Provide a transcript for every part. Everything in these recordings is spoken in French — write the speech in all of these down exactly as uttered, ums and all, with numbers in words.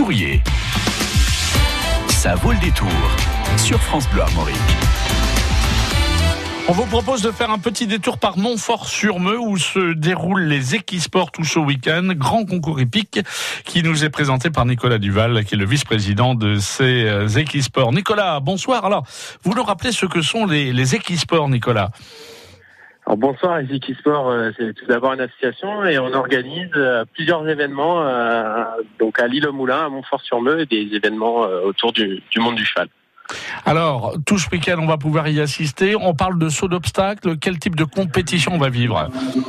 Souriez. Ça vaut le détour sur France Bleu Armorique. On vous propose de faire un petit détour par Montfort-sur-Meux où se déroulent les Equisports tout ce week-end. Grand concours hippique qui nous est présenté par Nicolas Duval, qui est le vice-président de ces Equisports. Nicolas, bonsoir. Alors, vous nous rappelez ce que sont les, les Equisports, Nicolas ? Alors bonsoir, les Equisports, c'est tout d'abord une association et on organise plusieurs événements euh, donc à l'Île-aux-Moulins, à Montfort-sur-Meux, et des événements euh, autour du, du monde du cheval. Alors, tout ce week-end, on va pouvoir y assister. On parle de saut d'obstacle. Quel type de compétition on va vivre ?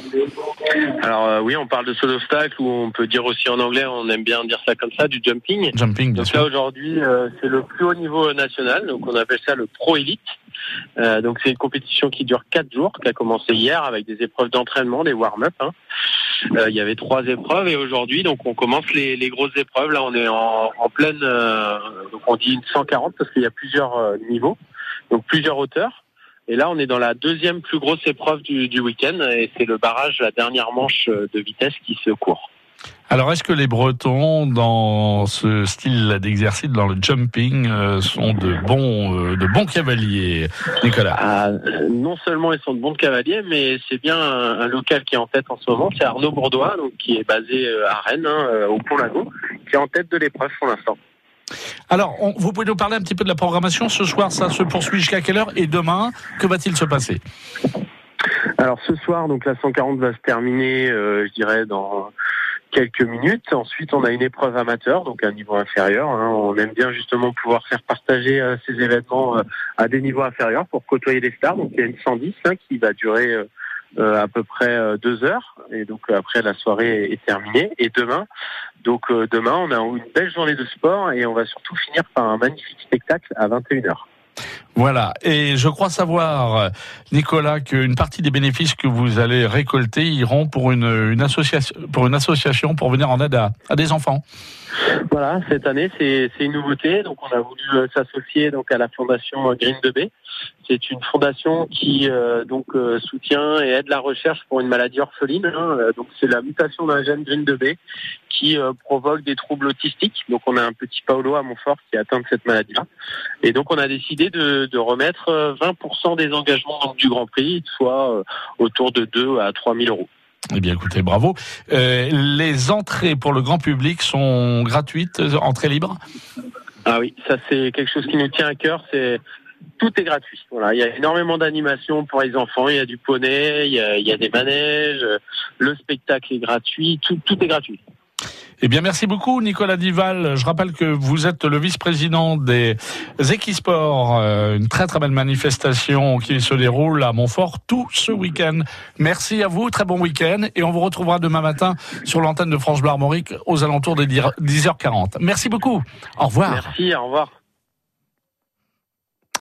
Alors euh, oui, on parle de saut d'obstacle, ou on peut dire aussi en anglais, on aime bien dire ça comme ça, du jumping. Jumping, bien donc sûr. Là aujourd'hui, euh, c'est le plus haut niveau national, donc on appelle ça le Pro Elite. Euh, donc c'est une compétition qui dure quatre jours, qui a commencé hier avec des épreuves d'entraînement, des warm-up. Hein. Euh, il y avait trois épreuves et aujourd'hui, donc on commence les, les grosses épreuves. Là, on est en, en pleine, euh, donc on dit une cent quarante parce qu'il y a plusieurs euh, niveaux, donc plusieurs hauteurs. Et là, on est dans la deuxième plus grosse épreuve du, du week-end et c'est le barrage, la dernière manche de vitesse qui se court. Alors, est-ce que les Bretons, dans ce style d'exercice, dans le jumping, euh, sont de bons, euh, de bons cavaliers, Nicolas ? Ah, non seulement ils sont de bons cavaliers, mais c'est bien un, un local qui est en tête en ce moment, c'est Arnaud Bourdois, donc qui est basé à Rennes, hein, au Pont-Lago, qui est en tête de l'épreuve pour l'instant. Alors, on, vous pouvez nous parler un petit peu de la programmation. Ce soir, ça se poursuit jusqu'à quelle heure ? Et demain, que va-t-il se passer ? Alors, ce soir, donc la cent quarante va se terminer, euh, je dirais, dans quelques minutes. Ensuite, on a une épreuve amateur, donc à un niveau inférieur. Hein. On aime bien justement pouvoir faire partager euh, ces événements euh, à des niveaux inférieurs pour côtoyer les stars. Donc, il y a une cent dix hein, qui va durer euh, euh, à peu près euh, deux heures. Et donc, euh, après, la soirée est, est terminée. Et demain, donc euh, demain, on a une belle journée de sport et on va surtout finir par un magnifique spectacle à vingt et une heures. Voilà, et je crois savoir, Nicolas, qu'une partie des bénéfices que vous allez récolter iront pour une, une association, pour une association pour venir en aide à, à des enfants. Voilà, cette année c'est, c'est une nouveauté, donc on a voulu euh, s'associer donc à la fondation Green deux B. C'est une fondation qui euh, donc euh, soutient et aide la recherche pour une maladie orpheline. Hein. Donc c'est la mutation d'un gène Green deux B qui euh, provoque des troubles autistiques. Donc on a un petit Paolo à Montfort qui est atteint de cette maladie-là. Et donc on a décidé de, de remettre vingt pour cent des engagements donc, du Grand Prix, soit euh, autour de deux à trois mille euros. Eh bien, écoutez, bravo. Euh, les entrées pour le grand public sont gratuites, entrée libre ? Ah oui, ça c'est quelque chose qui nous tient à cœur, c'est tout est gratuit. Voilà, il y a énormément d'animations pour les enfants, il y a du poney, il y a, il y a des manèges, le spectacle est gratuit, tout, tout est gratuit. Eh bien, merci beaucoup, Nicolas Duval. Je rappelle que vous êtes le vice-président des Equisports, euh, une très très belle manifestation qui se déroule à Montfort tout ce week-end. Merci à vous, très bon week-end, et on vous retrouvera demain matin sur l'antenne de France Bleu Armorique aux alentours des dix heures quarante. Merci beaucoup. Au revoir. Merci, au revoir.